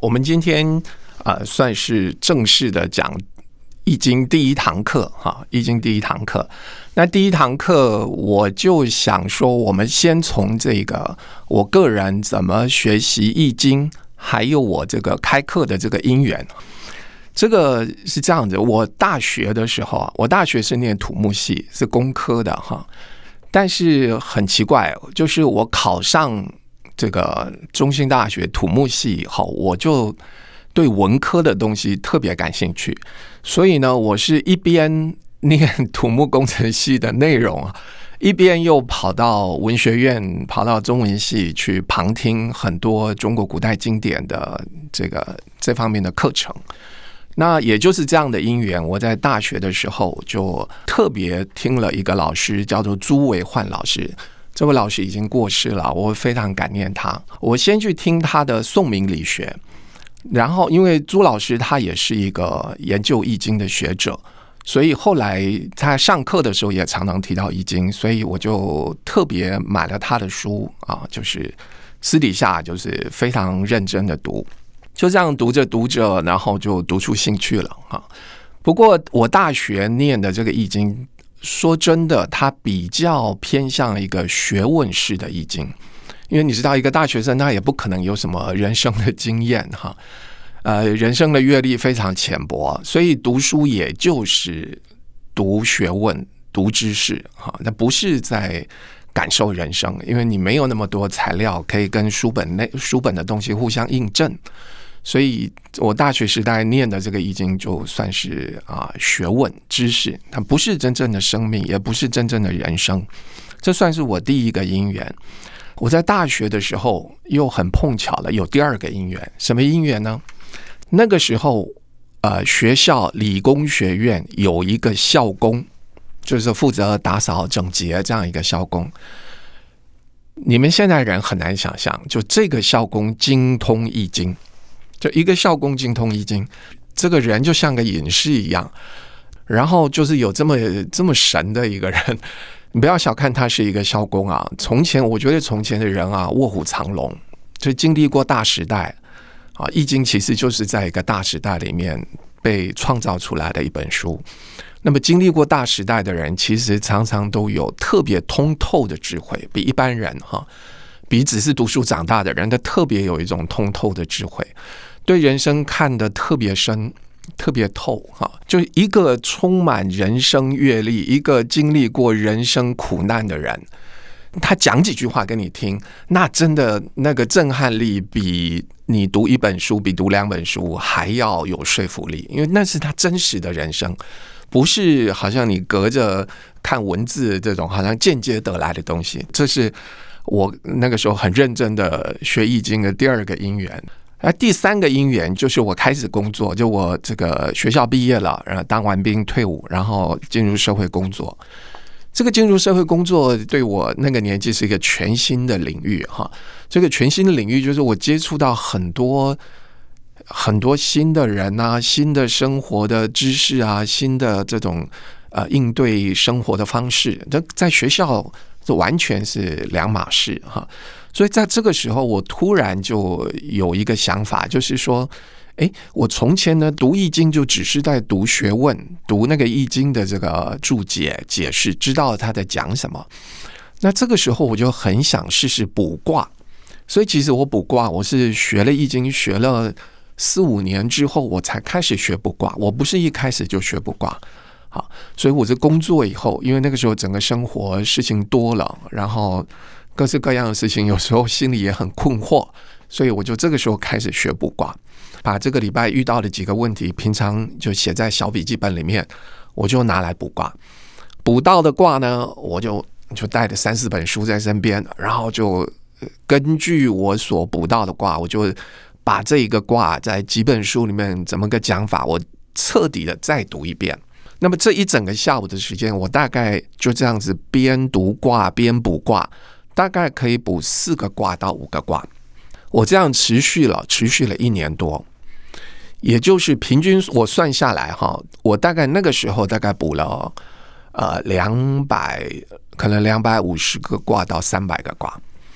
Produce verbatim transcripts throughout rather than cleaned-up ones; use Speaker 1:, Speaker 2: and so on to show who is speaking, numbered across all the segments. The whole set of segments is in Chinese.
Speaker 1: 我们今天呃算是正式的讲易经第一堂课哈，易经第一堂课。那第一堂课我就想说，我们先从这个我个人怎么学习易经，还有我这个开课的这个因缘。这个是这样子，我大学的时候啊，我大学是念土木系，是工科的哈。但是很奇怪，就是我考上这个中兴大学土木系以后，我就对文科的东西特别感兴趣，所以呢，我是一边念土木工程系的内容啊，一边又跑到文学院，跑到中文系去旁听很多中国古代经典的这个这方面的课程。那也就是这样的因缘，我在大学的时候就特别听了一个老师，叫做朱维焕老师。这位老师已经过世了，我非常感念他。我先去听他的宋明理学，然后因为朱老师他也是一个研究易经的学者，所以后来他上课的时候也常常提到易经，所以我就特别买了他的书啊，就是私底下就是非常认真的读。就这样读着读着，然后就读出兴趣了哈。不过我大学念的这个易经，说真的，它比较偏向一个学问式的易经，因为你知道，一个大学生他也不可能有什么人生的经验哈，呃，人生的阅历非常浅薄，所以读书也就是读学问、读知识哈，那不是在感受人生，因为你没有那么多材料可以跟书本内书本的东西互相印证。所以我大学时代念的这个易经就算是啊学问知识，它不是真正的生命，也不是真正的人生。这算是我第一个因缘。我在大学的时候又很碰巧了，有第二个因缘。什么因缘呢？那个时候呃学校理工学院有一个校工，就是负责打扫整洁这样一个校工。你们现在人很难想象，就这个校工精通易经。就一个校工精通易经，这个人就像个隐士一样，然后就是有这么这么神的一个人，你不要小看他是一个校工啊。从前我觉得从前的人啊，卧虎藏龙，就经历过大时代啊。易经其实就是在一个大时代里面被创造出来的一本书。那么经历过大时代的人，其实常常都有特别通透的智慧，比一般人哈，比只是读书长大的人，他特别有一种通透的智慧。对人生看得特别深特别透哈，就一个充满人生阅历，一个经历过人生苦难的人，他讲几句话给你听，那真的那个震撼力比你读一本书比读两本书还要有说服力，因为那是他真实的人生，不是好像你隔着看文字这种好像间接得来的东西。这是我那个时候很认真的学易经的第二个因缘。而第三个因缘就是我开始工作，就我这个学校毕业了，然后当完兵退伍，然后进入社会工作。这个进入社会工作对我那个年纪是一个全新的领域哈。这个全新的领域就是我接触到很多很多新的人啊，新的生活的知识啊，新的这种呃应对生活的方式，这在学校这完全是两码事哈。所以在这个时候，我突然就有一个想法，就是说，哎，我从前呢读易经就只是在读学问，读那个易经的这个注解解释，知道他在讲什么。那这个时候我就很想试试卜卦，所以其实我卜卦，我是学了易经，学了四五年之后，我才开始学卜卦。我不是一开始就学卜卦。好，所以我是工作以后，因为那个时候整个生活事情多了，然后各式各样的事情，有时候心里也很困惑，所以我就这个时候开始学卜卦，把这个礼拜遇到的几个问题，平常就写在小笔记本里面，我就拿来卜卦。卜到的卦呢，我就就带着三四本书在身边，然后就根据我所卜到的卦，我就把这一个卦在几本书里面怎么个讲法，我彻底的再读一遍。那么这一整个下午的时间，我大概就这样子边读卦边卜卦，大概可以卜四个卦到五个卦。我这样持续了持续了一年多，也就是平均我算下来哈，我大概那个时候大概卜了呃两百可能两百五十个卦到三百个卦。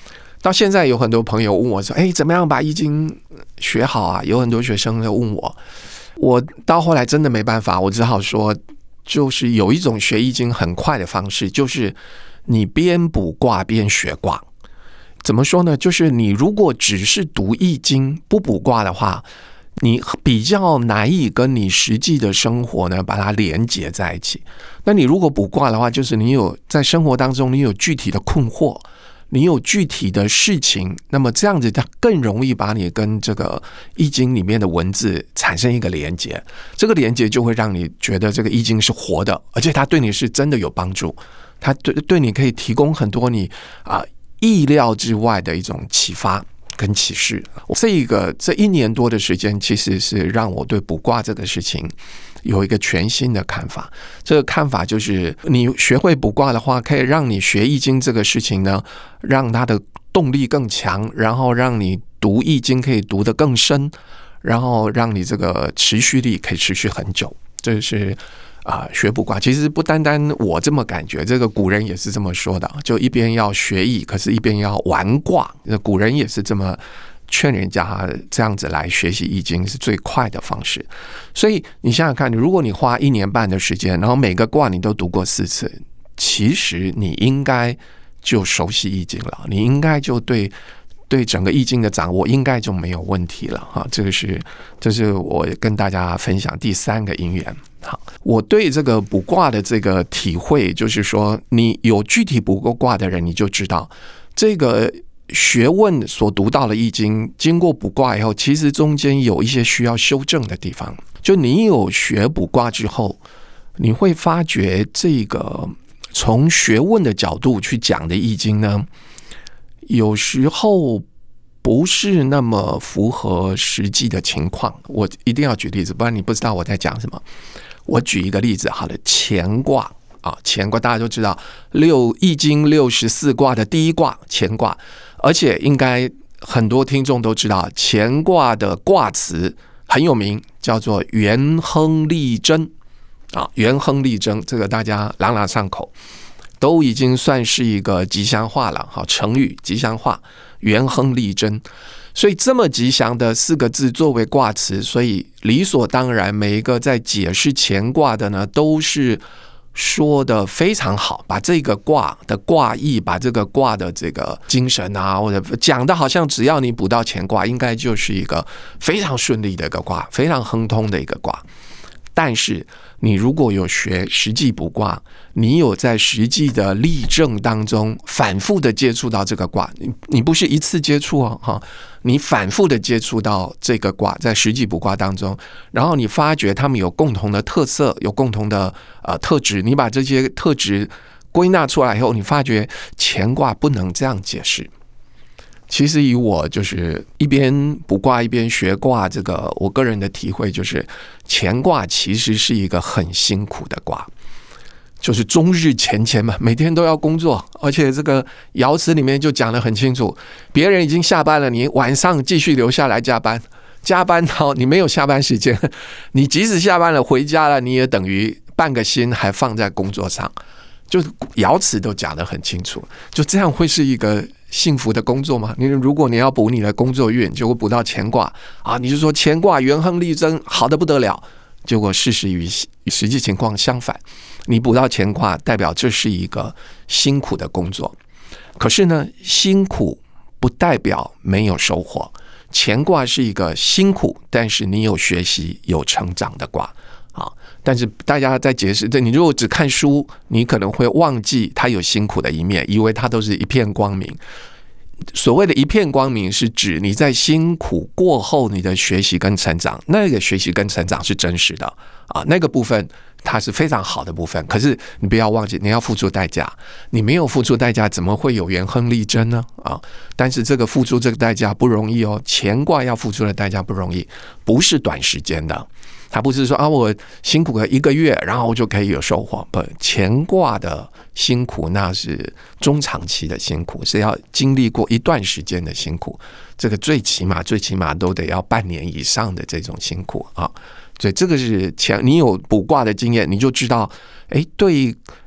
Speaker 1: 到现在有很多朋友问我说：“哎，怎么样把易经学好啊？”有很多学生在问我，我到后来真的没办法，我只好说，就是有一种学易经很快的方式，就是你边卜卦边学卦。怎么说呢？就是你如果只是读易经不卜卦的话，你比较难以跟你实际的生活呢把它连结在一起。那你如果卜卦的话，就是你有在生活当中你有具体的困惑，你有具体的事情，那么这样子它更容易把你跟这个易经里面的文字产生一个连结，这个连结就会让你觉得这个易经是活的，而且它对你是真的有帮助，它对对你可以提供很多你啊、呃、意料之外的一种启发跟启示。这个这一年多的时间，其实是让我对卜卦这个事情有一个全新的看法。这个看法就是，你学会卜卦的话，可以让你学易经这个事情呢，让它的动力更强，然后让你读易经可以读得更深，然后让你这个持续力可以持续很久。这是啊、呃，学卜卦其实不单单我这么感觉，这个古人也是这么说的，就一边要学易，可是一边要玩卦。古人也是这么劝人家这样子来学习易经是最快的方式。所以你想想看，如果你花一年半的时间，然后每个卦你都读过四次，其实你应该就熟悉易经了，你应该就对对整个易经的掌握应该就没有问题了哈。这个是这是我跟大家分享第三个因缘。好，我对这个卜卦的这个体会就是说，你有具体卜过卦的人，你就知道这个学问所读到的易经，经过卜卦以后，其实中间有一些需要修正的地方。就你有学卜卦之后，你会发觉这个从学问的角度去讲的易经呢，有时候不是那么符合实际的情况。我一定要举例子，不然你不知道我在讲什么。我举一个例子好了，乾卦啊，乾卦大家都知道，六易经六十四卦的第一卦乾卦，而且应该很多听众都知道，乾卦的卦辞很有名，叫做元亨利贞啊，元亨利贞，这个大家朗朗上口，都已经算是一个吉祥话了，好，成语吉祥话，元亨利贞。所以这么吉祥的四个字作为卦辞，所以理所当然，每一个在解释乾卦的呢，都是说的非常好，把这个卦的卦意，把这个卦的这个精神啊，或者讲的好像只要你卜到乾卦，应该就是一个非常顺利的一个卦，非常亨通的一个卦。但是你如果有学实际卜卦，你有在实际的例证当中反复的接触到这个卦，你你不是一次接触哦，哈，你反复的接触到这个卦，在实际卜卦当中，然后你发觉他们有共同的特色，有共同的呃特质，你把这些特质归纳出来以后，你发觉乾卦不能这样解释。其实以我就是一边卜卦一边学卦，这个我个人的体会就是，乾卦其实是一个很辛苦的卦，就是终日乾乾嘛，每天都要工作，而且这个爻辞里面就讲得很清楚，别人已经下班了，你晚上继续留下来加班，加班到你没有下班时间，你即使下班了回家了，你也等于半个心还放在工作上，就是爻辞都讲得很清楚，就这样会是一个幸福的工作吗？你如果你要补你的工作运，结果补到乾卦啊，你就说乾卦元亨利贞，好的不得了。结果事实与实际情况相反，你补到乾卦，代表这是一个辛苦的工作。可是呢，辛苦不代表没有收获。乾卦是一个辛苦，但是你有学习、有成长的卦啊。但是大家在解释，你如果只看书，你可能会忘记它有辛苦的一面，以为它都是一片光明。所谓的一片光明，是指你在辛苦过后，你的学习跟成长，那个学习跟成长是真实的啊，那个部分它是非常好的部分。可是你不要忘记，你要付出代价，你没有付出代价，怎么会有元亨利贞呢？啊！但是这个付出这个代价不容易哦，乾卦要付出的代价不容易，不是短时间的。它不是说啊，我辛苦个一个月，然后就可以有收获。不，乾卦的辛苦那是中长期的辛苦，是要经历过一段时间的辛苦。这个最起码最起码都得要半年以上的这种辛苦啊。所以这个是乾，你有卜卦的经验，你就知道，哎，对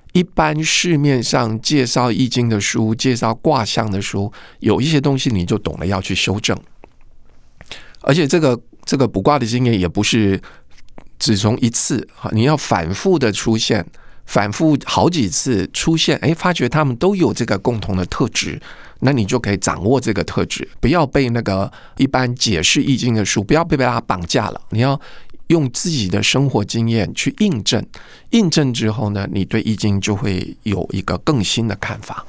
Speaker 1: 一般市面上介绍易经的书，介绍卦象的书，有一些东西你就懂了要去修正。而且这个这个卜卦的经验也不是只从一次，你要反复的出现，反复好几次出现，哎，发觉他们都有这个共同的特质，那你就可以掌握这个特质，不要被那个一般解释易经的书，不要被它绑架了，你要用自己的生活经验去印证，印证之后呢，你对易经就会有一个更新的看法。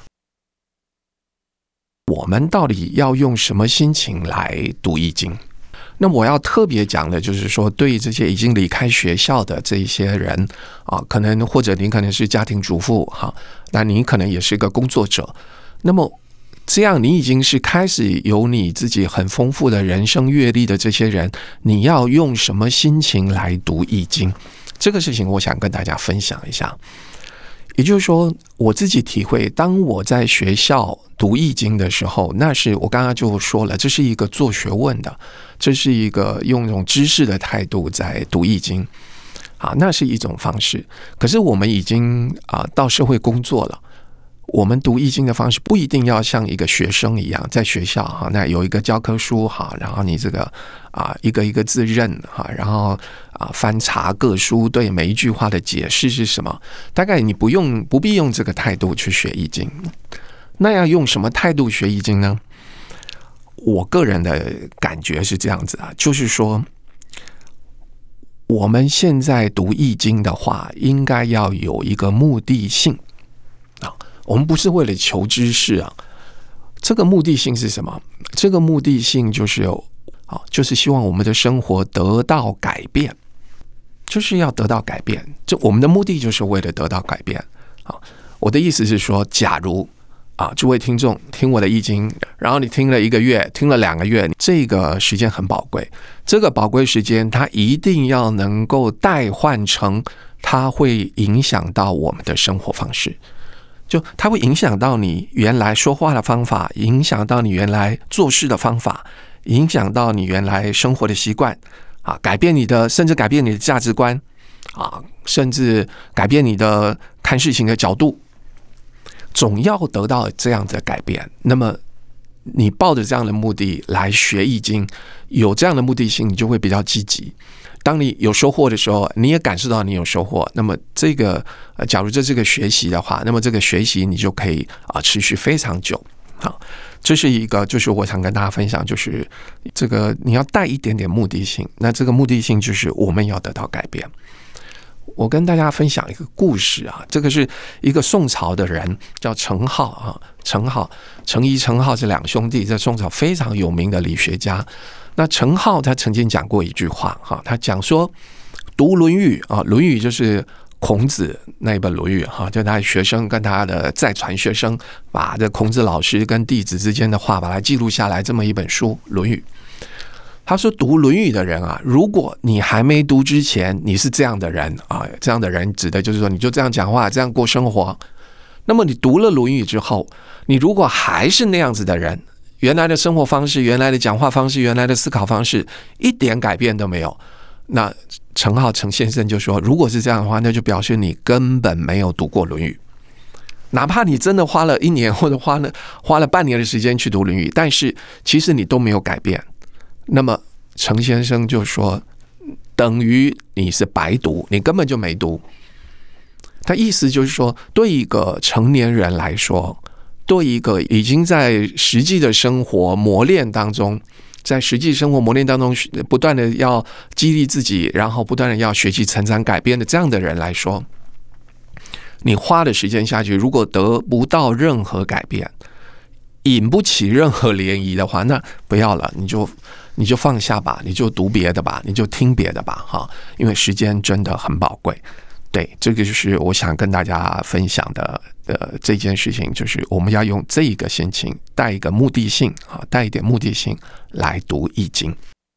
Speaker 1: 我们到底要用什么心情来读易经？那我要特别讲的就是说，对这些已经离开学校的这一些人啊，可能或者你可能是家庭主妇哈，那你可能也是一个工作者，那么这样你已经是开始有你自己很丰富的人生阅历的这些人，你要用什么心情来读易经？这个事情我想跟大家分享一下。也就是说，我自己体会，当我在学校读易经的时候，那是我刚刚就说了，这是一个做学问的，这是一个用一种知识的态度在读易经啊，那是一种方式。可是我们已经啊到社会工作了，我们读易经的方式不一定要像一个学生一样，在学校哈，那有一个教科书哈，然后你这个啊一个一个字认哈，然后啊翻查各书对每一句话的解释是什么，大概你不用不必用这个态度去学易经。那要用什么态度学易经呢？我个人的感觉是这样子啊，就是说我们现在读易经的话，应该要有一个目的性啊。我们不是为了求知识啊，这个目的性是什么？这个目的性就是有啊，就是希望我们的生活得到改变，就是要得到改变。这我们的目的就是为了得到改变啊。我的意思是说，假如啊，诸位听众听我的易经，然后你听了一个月，听了两个月，这个时间很宝贵。这个宝贵时间，它一定要能够代换成，它会影响到我们的生活方式。就它会影响到你原来说话的方法，影响到你原来做事的方法，影响到你原来生活的习惯啊，改变你的，甚至改变你的价值观啊，甚至改变你的看事情的角度。总要得到这样的改变，那么你抱着这样的目的来学易经，有这样的目的性，你就会比较积极。当你有收获的时候，你也感受到你有收获，那么这个呃，假如这是个学习的话，那么这个学习你就可以啊、呃、持续非常久。好，这是一个，就是我想跟大家分享，就是这个你要带一点点目的性，那这个目的性就是我们要得到改变。我跟大家分享一个故事啊，这个是一个宋朝的人叫程颢啊，程颢、程颐、程颢是两兄弟，在宋朝非常有名的理学家。那程颢他曾经讲过一句话哈，他讲说读《论语》啊，《论语》就是孔子那一本《论语》哈，就他学生跟他的在传学生把这孔子老师跟弟子之间的话把它记录下来，这么一本书《论语》。他说读《论语》的人啊，如果你还没读之前你是这样的人啊，这样的人指的就是说你就这样讲话，这样过生活。那么你读了《论语》之后，你如果还是那样子的人，原来的生活方式、原来的讲话方式、原来的思考方式一点改变都没有，那程颢程先生就说，如果是这样的话，那就表示你根本没有读过《论语》。哪怕你真的花了一年或者花了花了半年的时间去读《论语》，但是其实你都没有改变。那么程先生就说，等于你是白读，你根本就没读。他意思就是说，对一个成年人来说，对一个已经在实际的生活磨练当中，在实际生活磨练当中不断的要激励自己，然后不断的要学习成长改变的这样的人来说，你花的时间下去，如果得不到任何改变，引不起任何涟漪的话，那不要了，你就你就放下吧，你就读别的吧，你就听别的吧，哈，因为时间真的很宝贵。对，这个就是我想跟大家分享的呃这件事情，就是我们要用这一个心情，带一个目的性啊，带一点目的性来读易经。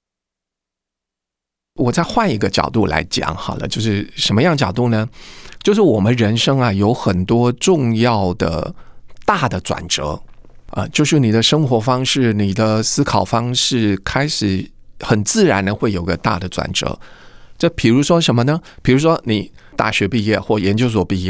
Speaker 1: 我再换一个角度来讲好了，就是什么样角度呢？就是我们人生啊有很多重要的大的转折。啊，就是你的生活方式、你的思考方式开始很自然的会有个大的转折。这比如说什么呢？比如说你大学毕业或研究所毕业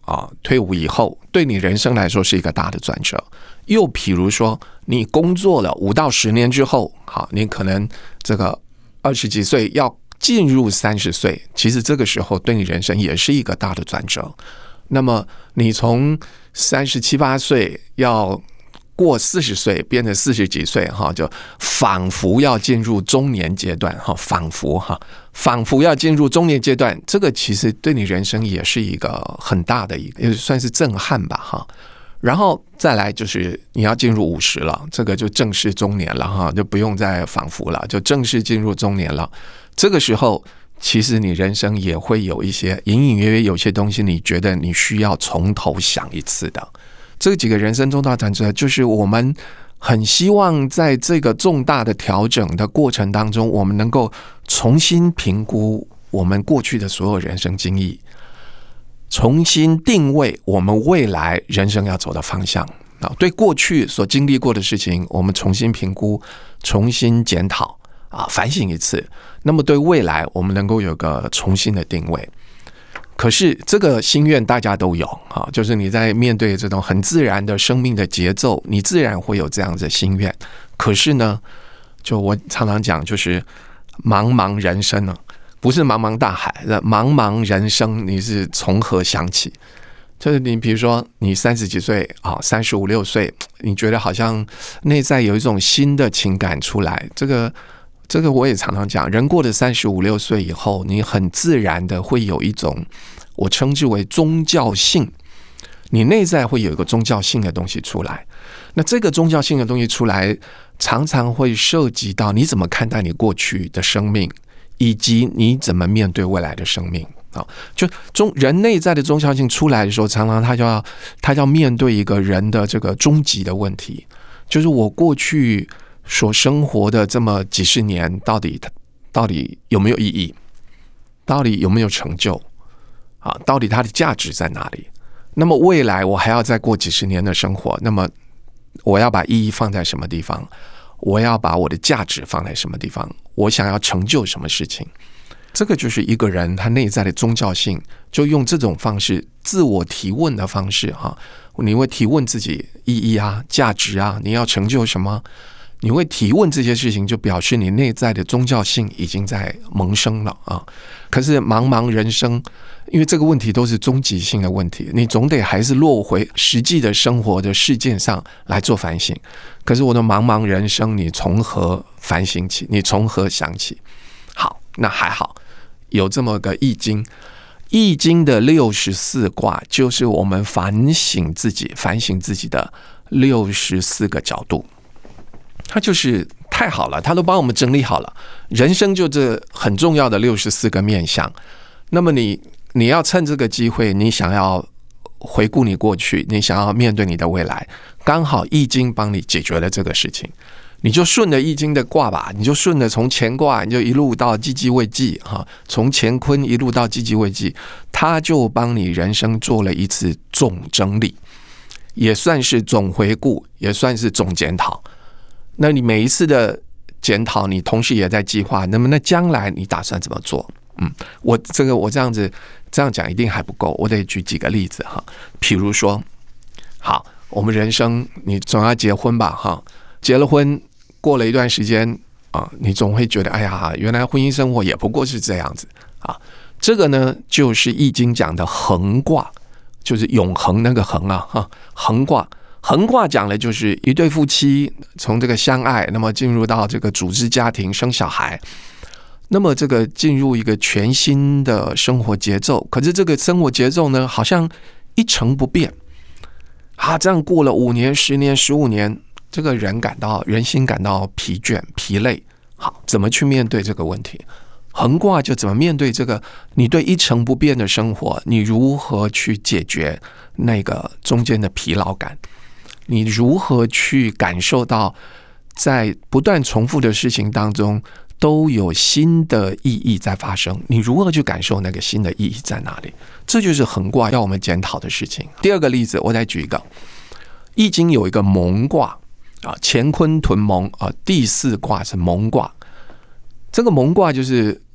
Speaker 1: 啊，退伍以后对你人生来说是一个大的转折。又比如说你工作了五到十年之后，好，你可能这个二十几岁要进入三十岁，其实这个时候对你人生也是一个大的转折。那么你从三十七八岁要过四十岁，变成四十几岁，哈，就仿佛要进入中年阶段，哈，仿佛哈，仿佛要进入中年阶段，这个其实对你人生也是一个很大的一个，也算是震撼吧，哈。然后再来就是你要进入五十了，这个就正式中年了，哈，就不用再仿佛了，就正式进入中年了。这个时候，其实你人生也会有一些隐隐约约有些东西，你觉得你需要从头想一次的。这几个人生重大转折，就是我们很希望在这个重大的调整的过程当中，我们能够重新评估我们过去的所有人生经历，重新定位我们未来人生要走的方向。对过去所经历过的事情，我们重新评估，重新检讨啊，反省一次。那么对未来，我们能够有个重新的定位。可是这个心愿大家都有啊，就是你在面对这种很自然的生命的节奏，你自然会有这样子的心愿。可是呢，就我常常讲，就是茫茫人生呢，不是茫茫大海，茫茫人生，你是从何想起？就是你比如说你三十几岁啊，三十五六岁，你觉得好像内在有一种新的情感出来，这个。这个我也常常讲，人过了三十五六岁以后，你很自然的会有一种我称之为宗教性，你内在会有一个宗教性的东西出来。那这个宗教性的东西出来，常常会涉及到你怎么看待你过去的生命，以及你怎么面对未来的生命。就中人内在的宗教性出来的时候，常常他就要他就要面对一个人的这个终极的问题，就是我过去所生活的这么几十年，到底到底有没有意义？到底有没有成就？啊，到底它的价值在哪里？那么未来我还要再过几十年的生活，那么我要把意义放在什么地方？我要把我的价值放在什么地方？我想要成就什么事情？这个就是一个人他内在的宗教性，就用这种方式自我提问的方式哈，你会提问自己意义啊、价值啊，你要成就什么？你会提问这些事情，就表示你内在的宗教性已经在萌生了啊。可是茫茫人生，因为这个问题都是终极性的问题，你总得还是落回实际的生活的事件上来做反省。可是我的茫茫人生，你从何反省起？你从何想起？好，那还好，有这么个易经。易经的六十四卦，就是我们反省自己、反省自己的六十四个角度。它就是太好了，它都帮我们整理好了。人生就这很重要的六十四个面向。那么你你要趁这个机会，你想要回顾你过去，你想要面对你的未来，刚好易经帮你解决了这个事情。你就顺着易经的卦吧，你就顺着从乾卦，你就一路到既济未济哈，从乾坤一路到既济未济，它就帮你人生做了一次总整理，也算是总回顾，也算是总检讨。那你每一次的检讨，你同时也在计划，那么那将来你打算怎么做？嗯，我这个我这样子这样讲一定还不够，我得举几个例子哈。比如说，好，我们人生你总要结婚吧哈，结了婚过了一段时间啊，你总会觉得哎呀，原来婚姻生活也不过是这样子啊。这个呢，就是易经讲的恒卦，就是永恒那个恒啊哈，恒卦。恒卦讲的就是一对夫妻从这个相爱，那么进入到这个组织家庭生小孩，那么这个进入一个全新的生活节奏。可是这个生活节奏呢，好像一成不变啊，这样过了五年、十年、十五年，这个人感到人心感到疲倦、疲累。好，怎么去面对这个问题？恒卦就怎么面对这个你对一成不变的生活，你如何去解决那个中间的疲劳感？你如何去感受到在不断重复的事情当中都有新的意义在发生？你如何去感受那个新的意义在哪里？这就是恒卦要我们检讨的事情。第二个例子，我再举一个，易经有一个蒙卦啊，乾坤屯蒙啊，第四卦是蒙卦。这个蒙卦就是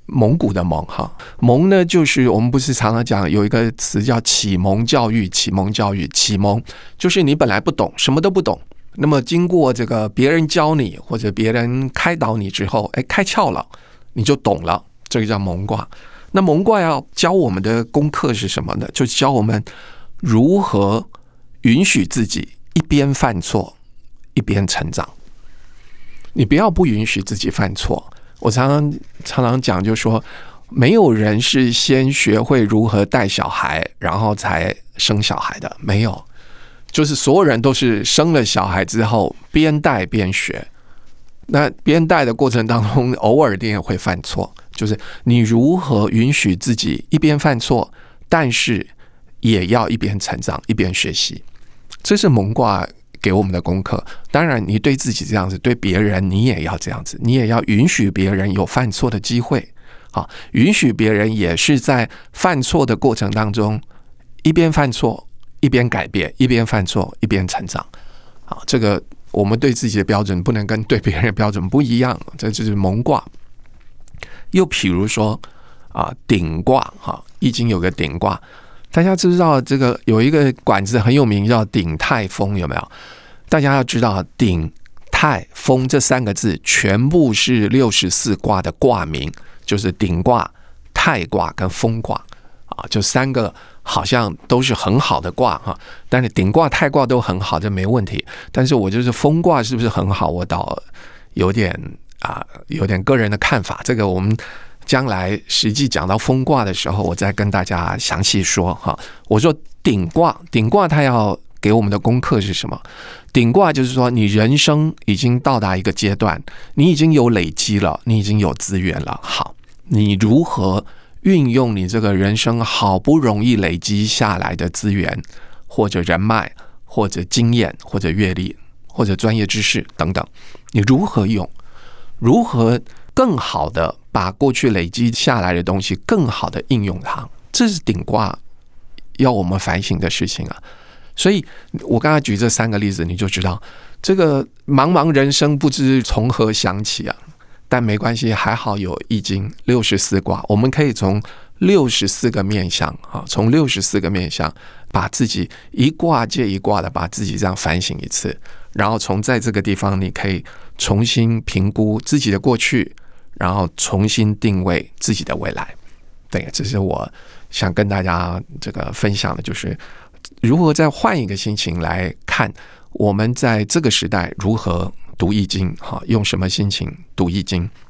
Speaker 1: 蒙古的蒙哈，蒙呢就是我们不是常常讲有一个词叫启蒙教育，启蒙教育，启蒙就是你本来不懂，什么都不懂，那么经过这个别人教你或者别人开导你之后，哎，开窍了，你就懂了，这个叫蒙卦。那蒙卦要教我们的功课是什么呢？就是教我们如何允许自己一边犯错一边成长。你不要不允许自己犯错。我常常常常讲，就说没有人是先学会如何带小孩，然后才生小孩的，没有。就是所有人都是生了小孩之后边带边学。那边带的过程当中，偶尔一定也会犯错。就是你如何允许自己一边犯错，但是也要一边成长一边学习，这是蒙卦给我们的功课。当然你对自己这样子，对别人你也要这样子，你也要允许别人有犯错的机会，好，允许别人也是在犯错的过程当中一边犯错一边改变，一边犯错一边成长。好，这个我们对自己的标准不能跟对别人的标准不一样，这就是蒙卦。又比如说啊，鼎卦哈，易经有个鼎卦，大家知道这个有一个馆子很有名叫鼎泰丰，有没有？大家要知道鼎泰丰这三个字全部是六十四卦的卦名，就是鼎卦、泰卦跟丰卦啊，就三个好像都是很好的卦哈。但是鼎卦、泰卦都很好，这没问题。但是我就是丰卦是不是很好，我倒有点啊，有点个人的看法。这个我们将来实际讲到丰卦的时候，我再跟大家详细说哈。我说鼎卦，鼎卦它要给我们的功课是什么？鼎卦就是说，你人生已经到达一个阶段，你已经有累积了，你已经有资源了。好，你如何运用你这个人生好不容易累积下来的资源，或者人脉，或者经验，或者阅历，或者专业知识等等，你如何用？如何更好的把过去累积下来的东西更好的应用它，这是鼎卦要我们反省的事情啊。所以我刚才举这三个例子，你就知道这个茫茫人生不知从何想起啊。但没关系，还好有易经六十四卦，我们可以从六十四个面向啊，从六十四个面向把自己一卦接一卦的把自己这样反省一次，然后从在这个地方你可以重新评估自己的过去，然后重新定位自己的未来。对，这是我想跟大家这个分享的，就是如何再换一个心情来看我们在这个时代如何读易经，用什么心情读易经。